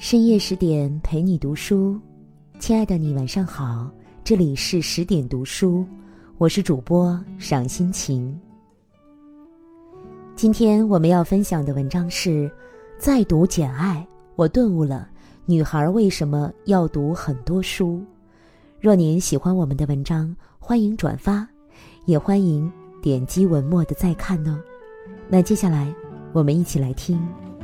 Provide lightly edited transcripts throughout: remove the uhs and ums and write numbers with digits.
深夜10点陪你读书，亲爱的你晚上好，这里是10点读书，我是主播赏心情。今天我们要分享的文章是在读《简爱》，我顿悟了女孩为什么要读很多书。若您喜欢我们的文章，欢迎转发，也欢迎点击文末的再看哦。那接下来我们一起来听。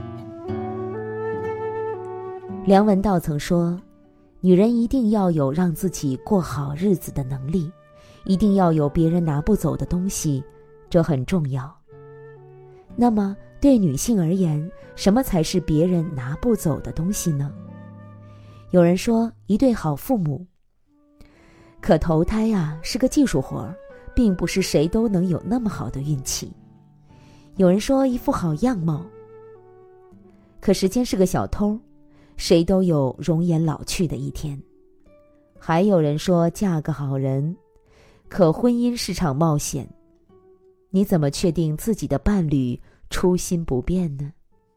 梁文道曾说，女人一定要有让自己过好日子的能力，一定要有别人拿不走的东西，这很重要。那么对女性而言，什么才是别人拿不走的东西呢？有人说一对好父母。可投胎是个技术活，并不是谁都能有那么好的运气。有人说一副好样貌，可时间是个小偷，谁都有容颜老去的一天。还有人说嫁个好人，可婚姻是场冒险，你怎么确定自己的伴侣初心不变呢？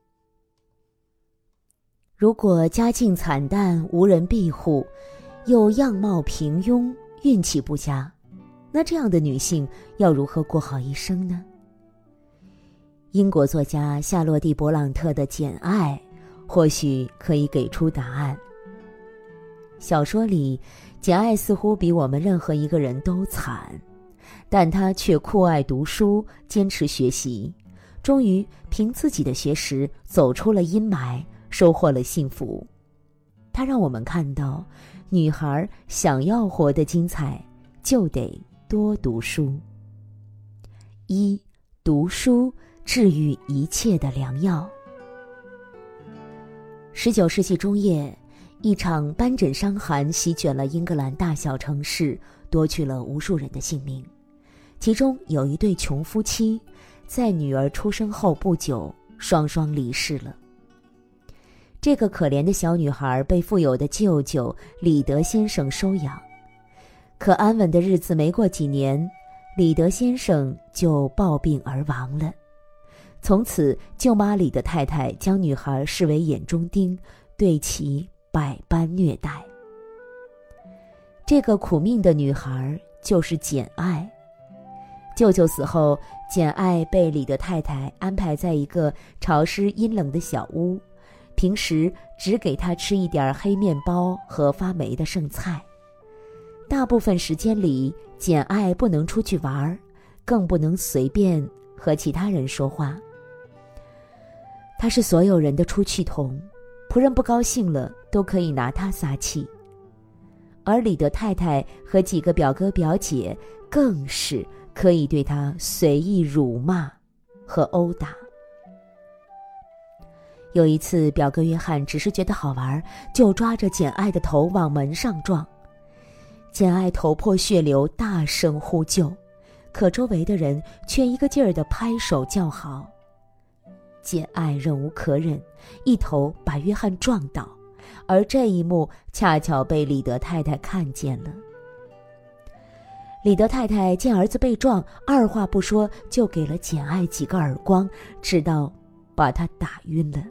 如果家境惨淡，无人庇护，又样貌平庸，运气不佳，那这样的女性要如何过好一生呢？英国作家夏洛蒂·勃朗特的《简爱》或许可以给出答案。小说里，简爱似乎比我们任何一个人都惨，但她却酷爱读书，坚持学习，终于凭自己的学识走出了阴霾，收获了幸福。她让我们看到，女孩想要活得精彩，就得多读书。1. 读书治愈一切的良药。19世纪中叶，一场斑疹伤寒席卷了英格兰大小城市，夺去了无数人的性命。其中有一对穷夫妻，在女儿出生后不久，双双离世了。这个可怜的小女孩被富有的舅舅李德先生收养，可安稳的日子没过几年，李德先生就暴病而亡了。从此，舅妈李德太太将女孩视为眼中钉，对其百般虐待。这个苦命的女孩就是简爱。舅舅死后，简爱被李德太太安排在一个潮湿阴冷的小屋，平时只给她吃一点黑面包和发霉的剩菜。大部分时间里，简爱不能出去玩，更不能随便和其他人说话。她是所有人的出气筒，仆人不高兴了都可以拿她撒气。而李德太太和几个表哥表姐更是可以对她随意辱骂和殴打。有一次，表哥约翰只是觉得好玩，就抓着简爱的头往门上撞。简爱头破血流，大声呼救，可周围的人却一个劲儿地拍手叫好。简爱忍无可忍，一头把约翰撞倒，而这一幕恰巧被李德太太看见了。李德太太见儿子被撞，二话不说就给了简爱几个耳光，直到把他打晕了。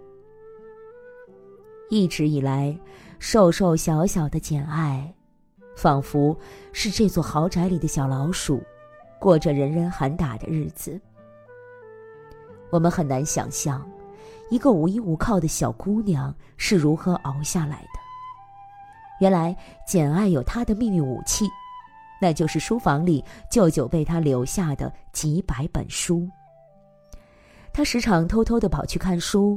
一直以来，瘦瘦小小的简爱仿佛是这座豪宅里的小老鼠，过着人人喊打的日子。我们很难想象，一个无依无靠的小姑娘是如何熬下来的。原来简爱有她的秘密武器，那就是书房里舅舅为她留下的几百本书。她时常偷偷地跑去看书。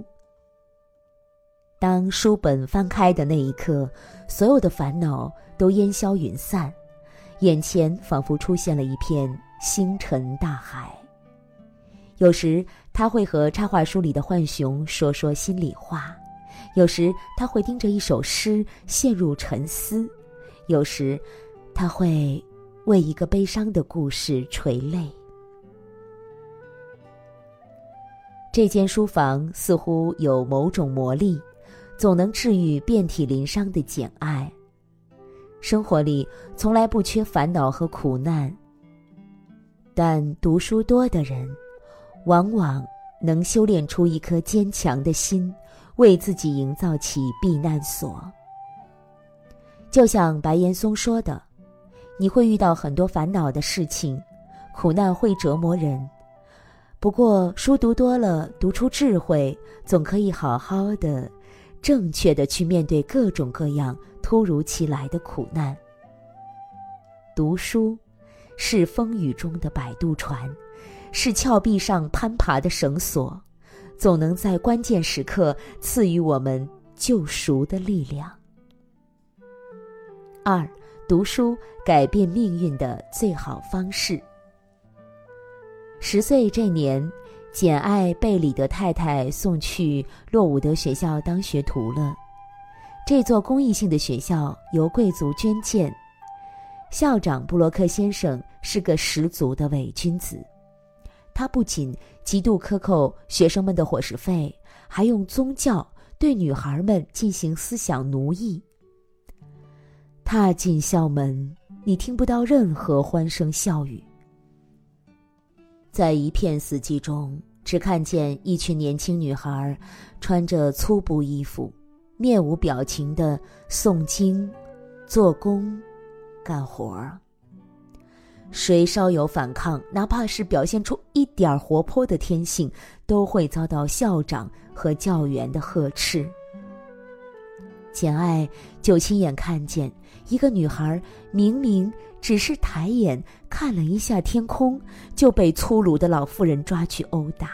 当书本翻开的那一刻，所有的烦恼都烟消云散，眼前仿佛出现了一片星辰大海。有时他会和插画书里的浣熊说说心里话，有时他会盯着一首诗陷入沉思，有时他会为一个悲伤的故事垂泪。这间书房似乎有某种魔力，总能治愈遍体鳞伤的简爱。生活里从来不缺烦恼和苦难，但读书多的人往往能修炼出一颗坚强的心， 为自己营造起避难所。就像白岩松说的，你会遇到很多烦恼的事情，苦难会折磨人，不过书读多了，读出智慧，总可以好好的正确的去面对各种各样突如其来的苦难。读书是风雨中的摆渡船，是峭壁上攀爬的绳索，总能在关键时刻赐予我们救赎的力量。2. 读书改变命运的最好方式。10岁这年，简爱被李德太太送去洛伍德学校当学徒了。这座公益性的学校由贵族捐建，校长布洛克先生是个十足的伪君子。他不仅极度克扣学生们的伙食费，还用宗教对女孩们进行思想奴役。踏进校门，你听不到任何欢声笑语，在一片死寂中，只看见一群年轻女孩穿着粗布衣服，面无表情地诵经、做工、干活。谁稍有反抗，哪怕是表现出一点活泼的天性，都会遭到校长和教员的呵斥。简爱就亲眼看见一个女孩明明只是抬眼看了一下天空，就被粗鲁的老妇人抓去殴打。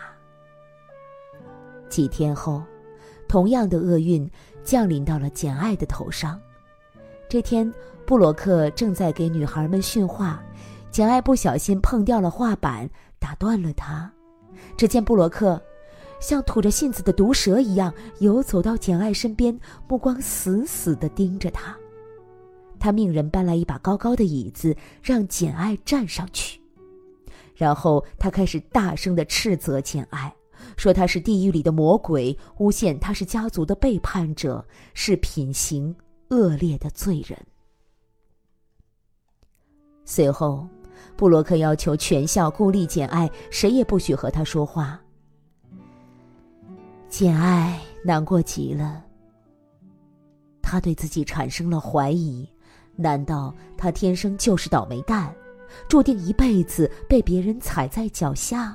几天后，同样的厄运降临到了简爱的头上。这天，布洛克正在给女孩们训话，简爱不小心碰掉了画板，打断了他。只见布洛克像吐着信子的毒蛇一样游走到简爱身边，目光死死地盯着她。他命人搬来一把高高的椅子，让简爱站上去。然后他开始大声地斥责简爱，说她是地狱里的魔鬼，诬陷她是家族的背叛者，是品行恶劣的罪人。随后，布洛克要求全校孤立简爱，谁也不许和她说话。简爱难过极了，她对自己产生了怀疑，难道她天生就是倒霉蛋，注定一辈子被别人踩在脚下？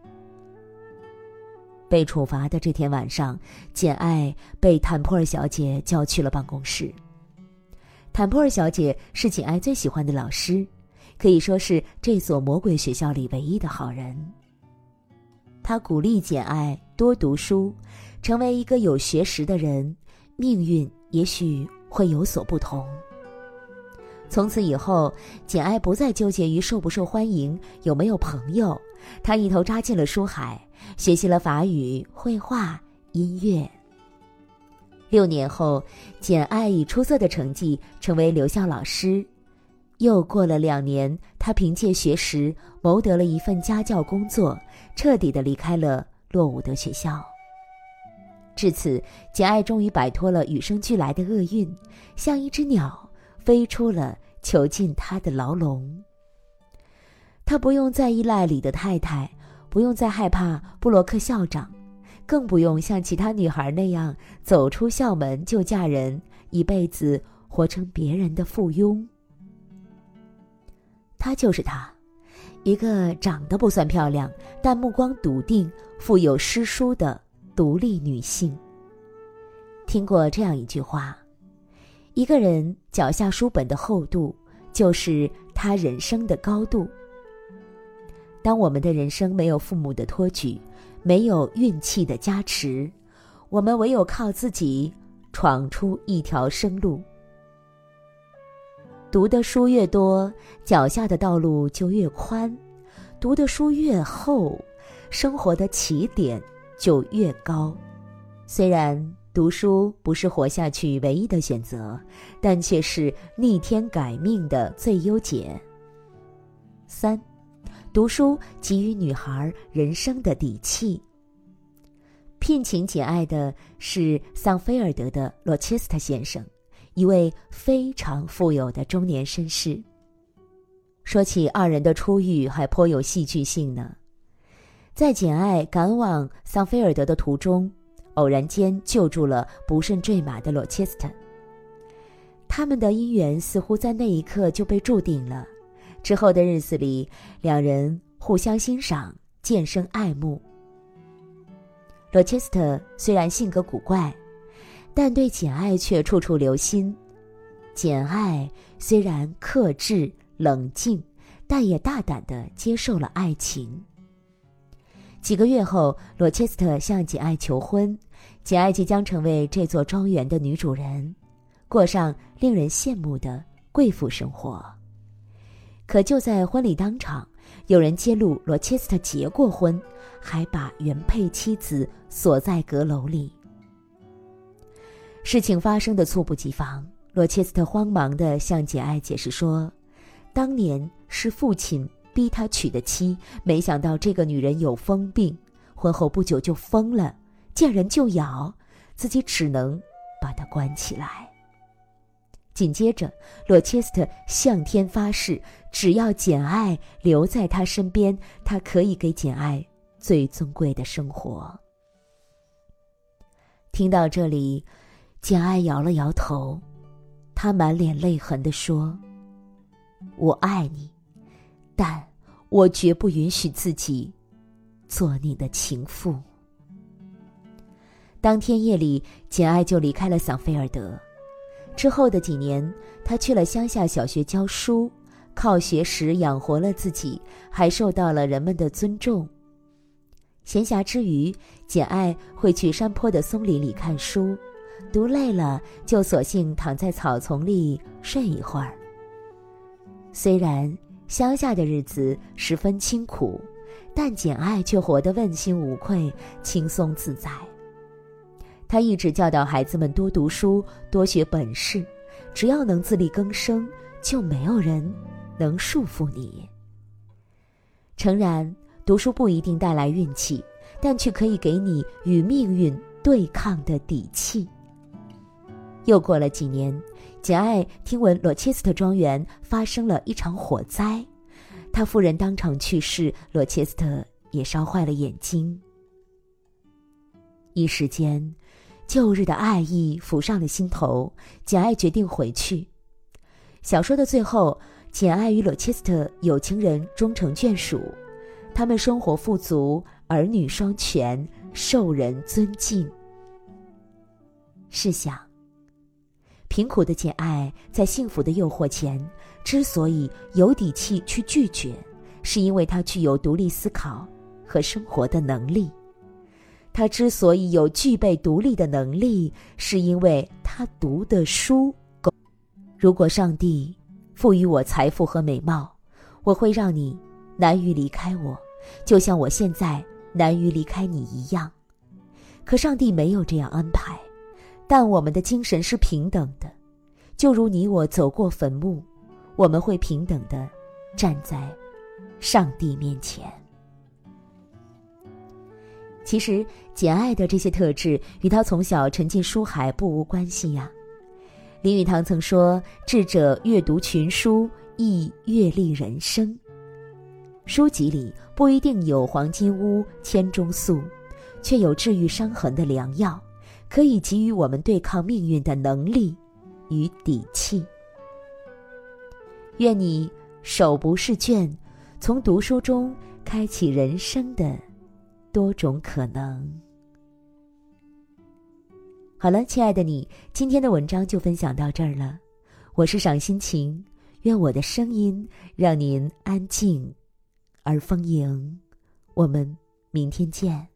被处罚的这天晚上，简爱被坦普尔小姐叫去了办公室。坦普尔小姐是简爱最喜欢的老师，可以说是这所魔鬼学校里唯一的好人。她鼓励简爱多读书，成为一个有学识的人，命运也许会有所不同。从此以后，简爱不再纠结于受不受欢迎，有没有朋友，她一头扎进了书海，学习了法语、绘画、音乐。6年后，简爱以出色的成绩成为留校老师。又过了2年，她凭借学识谋得了一份家教工作，彻底地离开了洛伍德学校。至此，简爱终于摆脱了与生俱来的厄运，像一只鸟飞出了囚禁她的牢笼。她不用再依赖李德太太，不用再害怕布洛克校长，更不用像其他女孩那样走出校门就嫁人，一辈子活成别人的附庸。她就是她，一个长得不算漂亮，但目光笃定、富有诗书的独立女性。听过这样一句话，一个人脚下书本的厚度，就是他人生的高度。当我们的人生没有父母的托举，没有运气的加持，我们唯有靠自己闯出一条生路。读的书越多，脚下的道路就越宽；读的书越厚，生活的起点就越高。虽然读书不是活下去唯一的选择，但却是逆天改命的最优解。3. 读书给予女孩人生的底气。聘请简爱的是桑菲尔德的罗切斯特先生，一位非常富有的中年绅士。说起二人的初遇，还颇有戏剧性呢。在简爱赶往桑菲尔德的途中， 偶然间救助了不慎坠马的罗切斯特。他们的姻缘似乎在那一刻就被注定了。之后的日子里，两人互相欣赏，渐生爱慕。罗切斯特虽然性格古怪，但对简爱却处处留心。简爱虽然克制冷静，但也大胆地接受了爱情。几个月后，罗切斯特向简爱求婚，简爱即将成为这座庄园的女主人，过上令人羡慕的贵妇生活。可就在婚礼当场，有人揭露罗切斯特结过婚，还把原配妻子锁在阁楼里。事情发生的猝不及防，罗切斯特慌忙地向简爱解释说，当年是父亲逼他娶的妻，没想到这个女人有疯病，婚后不久就疯了，见人就咬，自己只能把她关起来。紧接着，罗切斯特向天发誓，只要简爱留在他身边，他可以给简爱最尊贵的生活。听到这里，简爱摇了摇头，她满脸泪痕地说，我爱你，但我绝不允许自己做你的情妇。当天夜里，简爱就离开了桑菲尔德。之后的几年，她去了乡下小学教书，靠学识养活了自己，还受到了人们的尊重。闲暇之余，简爱会去山坡的松林里看书，读累了就索性躺在草丛里睡一会儿。虽然乡下的日子十分清苦，但简爱却活得问心无愧，轻松自在。她一直教导孩子们多读书，多学本事，只要能自力更生，就没有人能束缚你。诚然，读书不一定带来运气，但却可以给你与命运对抗的底气。又过了几年，简爱听闻罗切斯特庄园发生了一场火灾，他夫人当场去世，罗切斯特也烧坏了眼睛。一时间，旧日的爱意浮上了心头，简爱决定回去。小说的最后，简爱与罗切斯特有情人终成眷属，他们生活富足，儿女双全，受人尊敬。试想，贫苦的简爱在幸福的诱惑前之所以有底气去拒绝，是因为她具有独立思考和生活的能力。她之所以有具备独立的能力，是因为她读的书够。如果上帝赋予我财富和美貌，我会让你难于离开我，就像我现在难于离开你一样。可上帝没有这样安排，但我们的精神是平等的，就如你我走过坟墓，我们会平等地站在上帝面前。其实简爱的这些特质与她从小沉浸书海不无关系呀。林语堂曾说，智者阅读群书，亦阅历人生。书籍里不一定有黄金屋、千钟粟，却有治愈伤痕的良药，可以给予我们对抗命运的能力与底气。愿你手不释卷，从读书中开启人生的多种可能。好了，亲爱的你，今天的文章就分享到这儿了。我是赏心情，愿我的声音让您安静而丰盈。我们明天见。